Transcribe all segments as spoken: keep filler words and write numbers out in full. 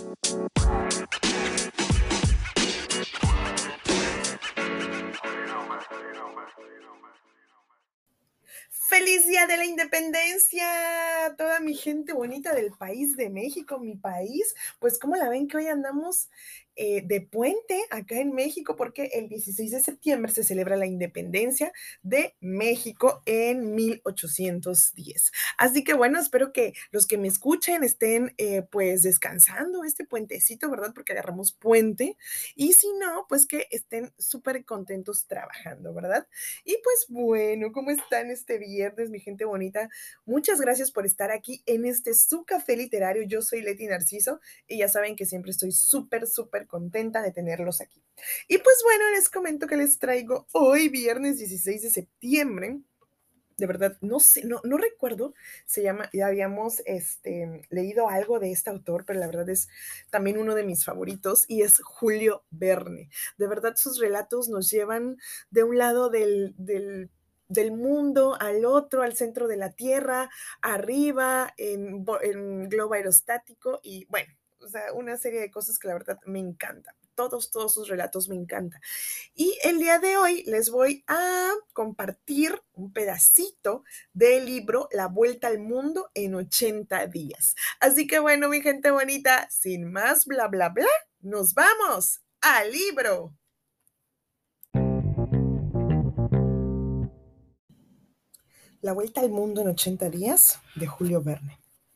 ¡Feliz Día de la Independencia! A toda mi gente bonita del país de México, mi país. Pues, ¿cómo la ven que hoy andamos eh, de puente acá en México? Porque el dieciséis de septiembre se celebra la independencia de México en mil ochocientos diez. Así que bueno, espero que los que me escuchen estén eh, pues descansando este puentecito, ¿verdad? Porque agarramos puente. Y si no, pues que estén súper contentos trabajando, ¿verdad? Y pues bueno, ¿cómo están este viernes, mi gente bonita? Muchas gracias por estar aquí en este su café literario. Yo soy Leti Narciso y ya saben que siempre estoy súper, súper contenta de tenerlos aquí. Y pues bueno, les comento que les traigo hoy, viernes dieciséis de septiembre. De verdad, no sé, no, no recuerdo, se llama, ya habíamos este, leído algo de este autor, pero la verdad es también uno de mis favoritos y es Julio Verne. De verdad, sus relatos nos llevan de un lado del, del, del mundo al otro, al centro de la Tierra, arriba, en, bo- en globo aerostático y bueno, o sea, una serie de cosas que la verdad me encantan. Todos, todos sus relatos me encantan. Y el día de hoy les voy a compartir un pedacito del libro La Vuelta al Mundo en ochenta días. Así que bueno, mi gente bonita, sin más bla, bla, bla, nos vamos al libro. La Vuelta al Mundo en ochenta días de Julio Verne.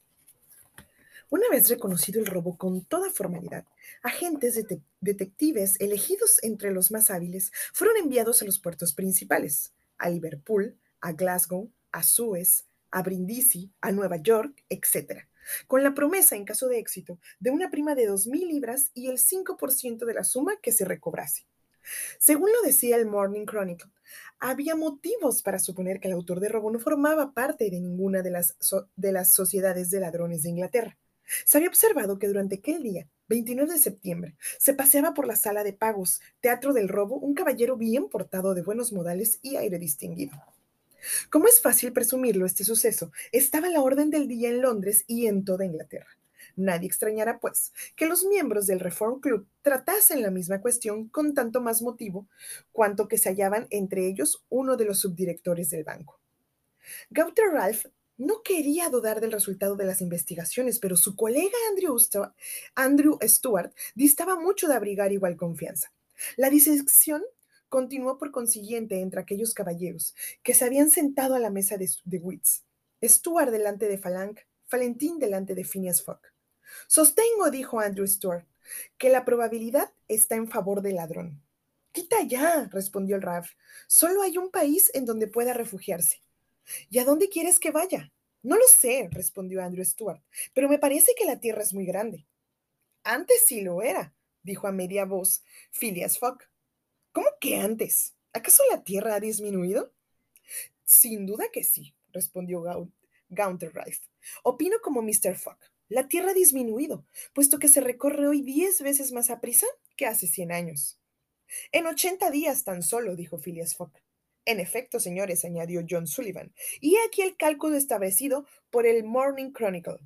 Una vez reconocido el robo con toda formalidad, agentes de detectives elegidos entre los más hábiles fueron enviados a los puertos principales, a Liverpool, a Glasgow, a Suez, a Brindisi, a Nueva York, etcétera, con la promesa, en caso de éxito, de una prima de dos mil libras y el cinco por ciento de la suma que se recobrase. Según lo decía el Morning Chronicle, había motivos para suponer que el autor de robo no formaba parte de ninguna de las, so de las sociedades de ladrones de Inglaterra. Se había observado que durante aquel día, veintinueve de septiembre, se paseaba por la sala de pagos, teatro del robo, un caballero bien portado de buenos modales y aire distinguido. Como es fácil presumirlo, este suceso estaba a la orden del día en Londres y en toda Inglaterra. Nadie extrañará, pues, que los miembros del Reform Club tratasen la misma cuestión con tanto más motivo, cuanto que se hallaban entre ellos uno de los subdirectores del banco. Gauter Ralph no quería dudar del resultado de las investigaciones, pero su colega Andrew, Stu- Andrew Stuart distaba mucho de abrigar igual confianza. La disección continuó por consiguiente entre aquellos caballeros que se habían sentado a la mesa de, de Wits. Stuart delante de Falange, Valentín delante de Phineas Fogg. Sostengo, dijo Andrew Stuart, que la probabilidad está en favor del ladrón. Quita ya, respondió el Ralph. Solo hay un país en donde pueda refugiarse. ¿Y a dónde quieres que vaya? No lo sé, respondió Andrew Stuart, pero me parece que la Tierra es muy grande. Antes sí lo era, dijo a media voz Phileas Fogg. ¿Cómo que antes? ¿Acaso la Tierra ha disminuido? Sin duda que sí, respondió Gau Gaunter Rife. Opino como mister Fogg. La Tierra ha disminuido, puesto que se recorre hoy diez veces más a prisa que hace cien años. En ochenta días tan solo, dijo Phileas Fogg. En efecto, señores, añadió John Sullivan, y he aquí el cálculo establecido por el Morning Chronicle.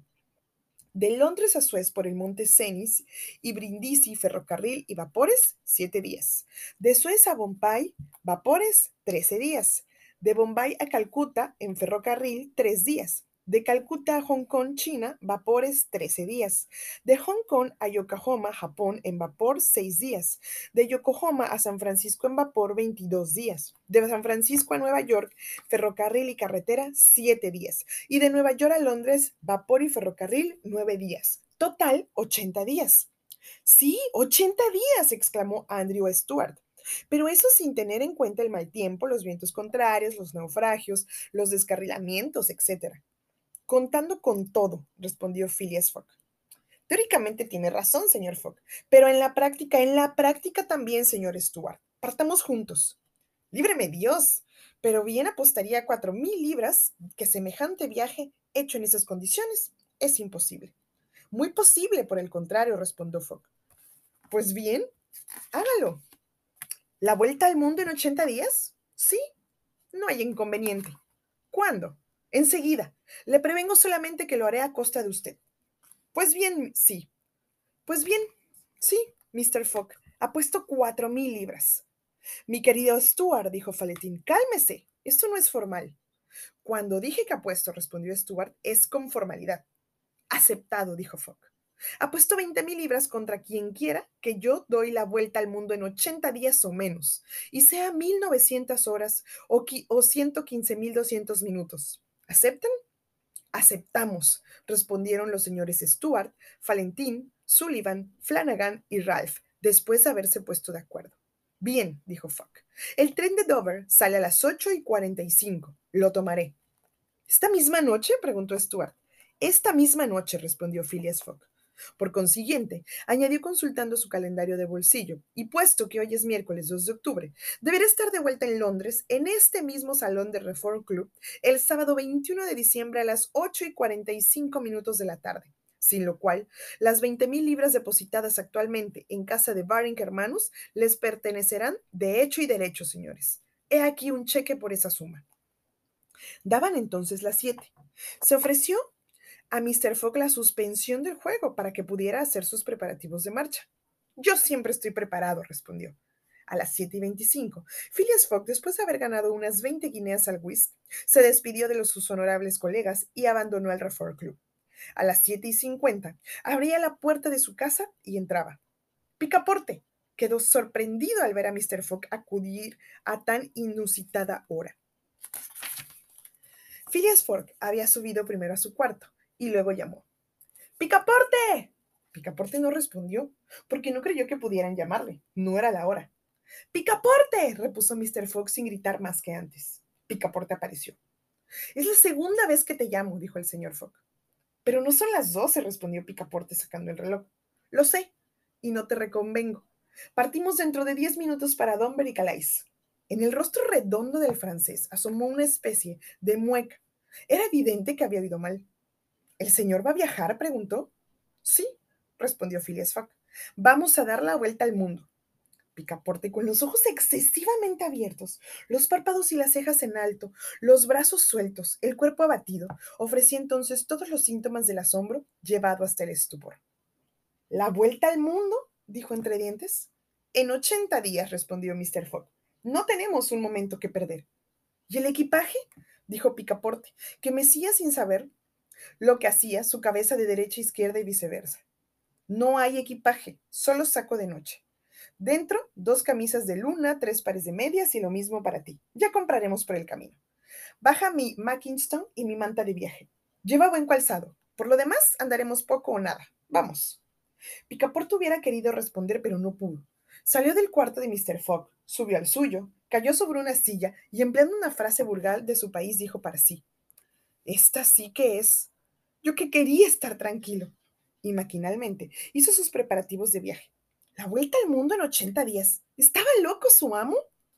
De Londres a Suez por el monte Cenis y Brindisi, ferrocarril y vapores, siete días. De Suez a Bombay, vapores, trece días. De Bombay a Calcuta, en ferrocarril, tres días. De Calcuta a Hong Kong, China, vapores, trece días. De Hong Kong a Yokohama, Japón, en vapor, seis días. De Yokohama a San Francisco en vapor, veintidós días. De San Francisco a Nueva York, ferrocarril y carretera, siete días. Y de Nueva York a Londres, vapor y ferrocarril, nueve días. Total, ochenta días. Sí, ochenta días, exclamó Andrew Stuart. Pero eso sin tener en cuenta el mal tiempo, los vientos contrarios, los naufragios, los descarrilamientos, etcétera. Contando con todo, respondió Phileas Fogg. Teóricamente tiene razón, señor Fogg, pero en la práctica, en la práctica también, señor Stuart. Partamos juntos. Líbreme Dios, pero bien apostaría cuatro mil libras que semejante viaje hecho en esas condiciones es imposible. Muy posible, por el contrario, respondió Fogg. Pues bien, hágalo. ¿La vuelta al mundo en ochenta días? Sí, no hay inconveniente. ¿Cuándo? Enseguida. Le prevengo solamente que lo haré a costa de usted. Pues bien, sí, Pues bien, sí, mister Fogg, apuesto cuatro mil libras. Mi querido Stuart, dijo Faletín, cálmese, esto no es formal. Cuando dije que apuesto, respondió Stuart, es con formalidad. Aceptado, dijo Fogg. Apuesto veinte mil libras contra quien quiera que yo doy la vuelta al mundo en ochenta días o menos, y sea mil novecientas horas o, o ciento quince mil doscientos minutos. ¿Aceptan? Aceptamos, respondieron los señores Stuart, Valentín, Sullivan, Flanagan y Ralph, después de haberse puesto de acuerdo. Bien, dijo Fogg. El tren de Dover sale a las ocho y cuarenta y cinco. Lo tomaré. ¿Esta misma noche? Preguntó Stuart. Esta misma noche, respondió Phileas Fogg. Por consiguiente, añadió consultando su calendario de bolsillo, y puesto que hoy es miércoles dos de octubre, deberá estar de vuelta en Londres, en este mismo salón del Reform Club, el sábado veintiuno de diciembre a las ocho y cuarenta y cinco minutos de la tarde, sin lo cual las veinte mil libras depositadas actualmente en casa de Baring Hermanos les pertenecerán de hecho y derecho, señores. He aquí un cheque por esa suma. Daban entonces las siete. Se ofreció a mister Fogg la suspensión del juego para que pudiera hacer sus preparativos de marcha. Yo siempre estoy preparado, respondió. A las siete y veinticinco, Phileas Fogg, después de haber ganado unas veinte guineas al whist, se despidió de los sus honorables colegas y abandonó el Reform Club. A las siete y cincuenta, abría la puerta de su casa y entraba. Picaporte quedó sorprendido al ver a mister Fogg acudir a tan inusitada hora. Phileas Fogg había subido primero a su cuarto y luego llamó. ¡Picaporte! Picaporte no respondió, porque no creyó que pudieran llamarle. No era la hora. ¡Picaporte! Repuso mister Fogg sin gritar más que antes. Picaporte apareció. Es la segunda vez que te llamo, dijo el señor Fogg. Pero no son las doce, respondió Picaporte sacando el reloj. Lo sé, y no te reconvengo. Partimos dentro de diez minutos para Dover y Calais. En el rostro redondo del francés asomó una especie de mueca. Era evidente que había oído mal. ¿El señor va a viajar? Preguntó. Sí, respondió Phileas Fogg. Vamos a dar la vuelta al mundo. Picaporte, con los ojos excesivamente abiertos, los párpados y las cejas en alto, los brazos sueltos, el cuerpo abatido, ofrecía entonces todos los síntomas del asombro llevado hasta el estupor. ¿La vuelta al mundo? Dijo entre dientes. En ochenta días, respondió mister Fogg. No tenemos un momento que perder. ¿Y el equipaje? Dijo Picaporte, que mecía sin saber lo que hacía su cabeza de derecha a izquierda y viceversa. No hay equipaje, solo saco de noche. Dentro, dos camisas de luna, tres pares de medias y lo mismo para ti. Ya compraremos por el camino. Baja mi Mackinston y mi manta de viaje. Lleva buen calzado. Por lo demás, andaremos poco o nada. Vamos. Picaporte hubiera querido responder, pero no pudo. Salió del cuarto de mister Fogg, subió al suyo, cayó sobre una silla y, empleando una frase vulgar de su país, dijo para sí: Esta sí que es. Yo que quería estar tranquilo. Y maquinalmente hizo sus preparativos de viaje. La vuelta al mundo en ochenta días. ¿Estaba loco su amo?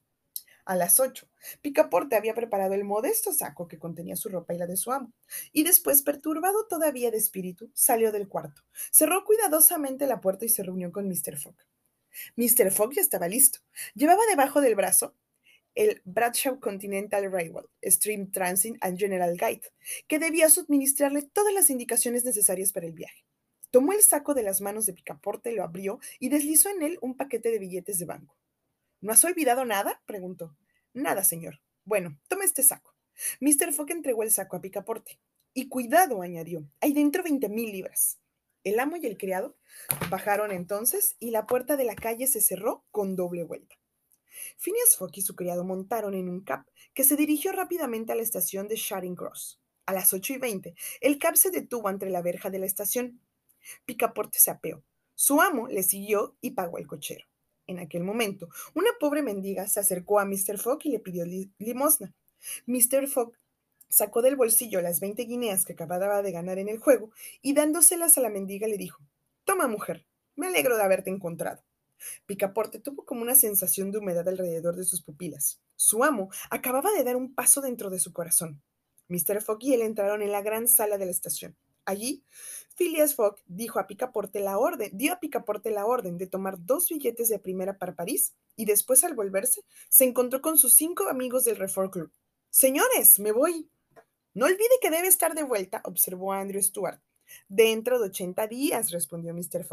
A las ocho, Picaporte había preparado el modesto saco que contenía su ropa y la de su amo, y después, perturbado todavía de espíritu, salió del cuarto, cerró cuidadosamente la puerta y se reunió con mister Fogg. mister Fogg ya estaba listo. Llevaba debajo del brazo el Bradshaw Continental Railway, Stream Transit and General Guide, que debía suministrarle todas las indicaciones necesarias para el viaje. Tomó el saco de las manos de Picaporte, lo abrió y deslizó en él un paquete de billetes de banco. ¿No has olvidado nada? Preguntó. Nada, señor. Bueno, toma este saco. mister Fogg entregó el saco a Picaporte. Y cuidado, añadió, hay dentro veinte mil libras. El amo y el criado bajaron entonces y la puerta de la calle se cerró con doble vuelta. Phileas Fogg y su criado montaron en un cab que se dirigió rápidamente a la estación de Charing Cross. A las ocho y veinte, el cab se detuvo ante la verja de la estación. Picaporte se apeó. Su amo le siguió y pagó el cochero. En aquel momento, una pobre mendiga se acercó a mister Fogg y le pidió li limosna. mister Fogg sacó del bolsillo las veinte guineas que acababa de ganar en el juego y dándoselas a la mendiga le dijo: Toma, mujer, me alegro de haberte encontrado. Picaporte tuvo como una sensación de humedad alrededor de sus pupilas. Su amo acababa de dar un paso dentro de su corazón. mister Fogg y él entraron en la gran sala de la estación. Allí, Phileas Fogg dijo a Picaporte la orden, dio a Picaporte la orden de tomar dos billetes de primera para París y después, al volverse, se encontró con sus cinco amigos del Reform Club. Señores, me voy. No olvide que debe estar de vuelta, observó Andrew Stuart. Dentro de ochenta días, respondió mister Fogg.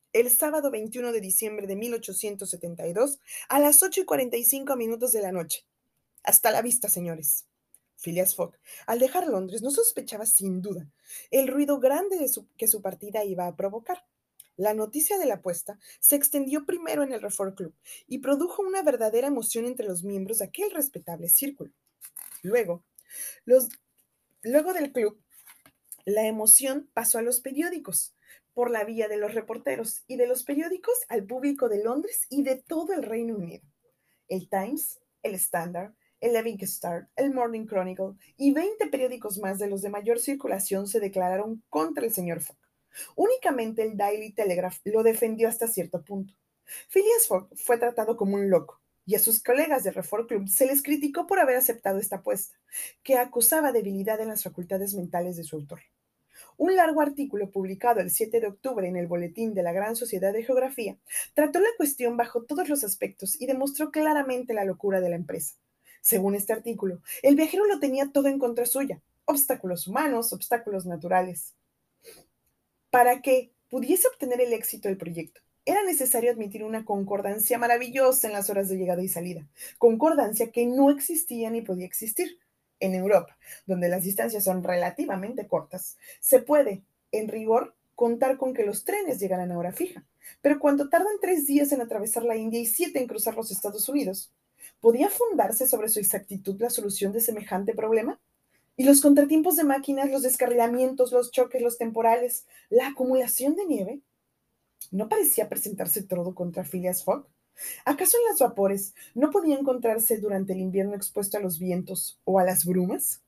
el sábado veintiuno de diciembre de mil ochocientos setenta y dos a las ocho y cuarenta y cinco minutos de la noche. Hasta la vista, señores. Phileas Fogg, al dejar Londres, no sospechaba sin duda el ruido grande de su- que su partida iba a provocar. La noticia de la apuesta se extendió primero en el Reform Club y produjo una verdadera emoción entre los miembros de aquel respetable círculo. Luego, los, luego del club, la emoción pasó a los periódicos, por la vía de los reporteros, y de los periódicos al público de Londres y de todo el Reino Unido. El Times, el Standard, el Evening Star, el Morning Chronicle y veinte periódicos más de los de mayor circulación se declararon contra el señor Fogg. Únicamente el Daily Telegraph lo defendió hasta cierto punto. Phileas Fogg fue tratado como un loco, y a sus colegas del Reform Club se les criticó por haber aceptado esta apuesta, que acusaba debilidad en las facultades mentales de su autor. Un largo artículo publicado el siete de octubre en el Boletín de la Gran Sociedad de Geografía trató la cuestión bajo todos los aspectos y demostró claramente la locura de la empresa. Según este artículo, el viajero lo tenía todo en contra suya: obstáculos humanos, obstáculos naturales. Para que pudiese obtener el éxito del proyecto, era necesario admitir una concordancia maravillosa en las horas de llegada y salida, concordancia que no existía ni podía existir. En Europa, donde las distancias son relativamente cortas, se puede, en rigor, contar con que los trenes llegarán a hora fija, pero cuando tardan tres días en atravesar la India y siete en cruzar los Estados Unidos, ¿podía fundarse sobre su exactitud la solución de semejante problema? Y los contratiempos de máquinas, los descarrilamientos, los choques, los temporales, la acumulación de nieve, ¿no parecía presentarse todo contra Phileas Fogg? ¿Acaso en las vapores no podía encontrarse durante el invierno expuesto a los vientos o a las brumas?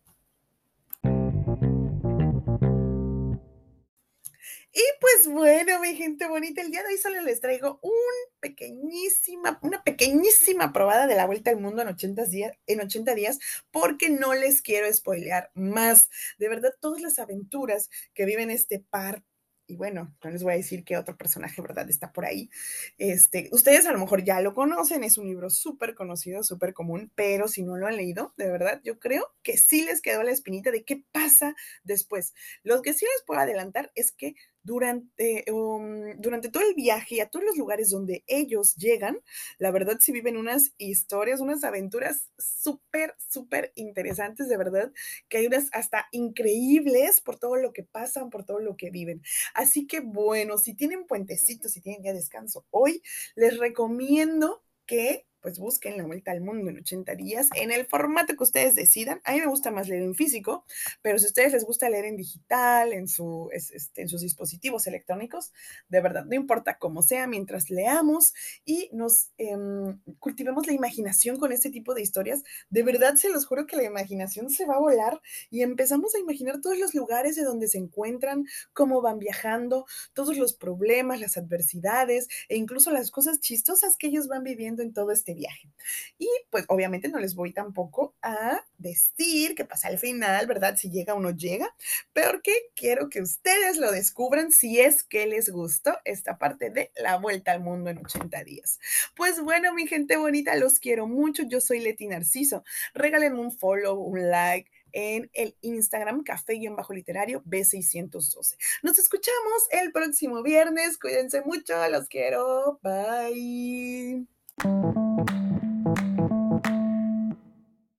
Y pues bueno, mi gente bonita, el día de hoy solo les traigo un pequeñísima, una pequeñísima probada de la vuelta al mundo en ochenta días, en ochenta días, porque no les quiero spoilear más. De verdad, todas las aventuras que viven este par. Y bueno, no les voy a decir qué otro personaje, ¿verdad?, está por ahí. Este, ustedes a lo mejor ya lo conocen, es un libro súper conocido, súper común, pero si no lo han leído, de verdad, yo creo que sí les quedó la espinita de qué pasa después. Lo que sí les puedo adelantar es que durante, um, durante todo el viaje y a todos los lugares donde ellos llegan, la verdad sí viven unas historias, unas aventuras súper, súper interesantes, de verdad, que hay unas hasta increíbles por todo lo que pasan, por todo lo que viven. Así que bueno, si tienen puentecitos, si tienen día de descanso hoy, les recomiendo que pues busquen La Vuelta al Mundo en ochenta días, en el formato que ustedes decidan. A mí me gusta más leer en físico, pero si a ustedes les gusta leer en digital, en, su, es, este, en sus dispositivos electrónicos, de verdad, no importa cómo sea, mientras leamos y nos eh, cultivemos la imaginación con este tipo de historias, de verdad se los juro que la imaginación se va a volar y empezamos a imaginar todos los lugares de donde se encuentran, cómo van viajando, todos los problemas, las adversidades e incluso las cosas chistosas que ellos van viviendo en todo este viaje. Y pues obviamente no les voy tampoco a decir qué pasa al final, ¿verdad? Si llega o no llega, porque quiero que ustedes lo descubran si es que les gustó esta parte de La Vuelta al Mundo en ochenta días. Pues bueno, mi gente bonita, los quiero mucho. Yo soy Leti Narciso. Regálenme un follow, un like en el Instagram café-literario B seiscientos doce. Nos escuchamos el próximo viernes. Cuídense mucho, los quiero. Bye.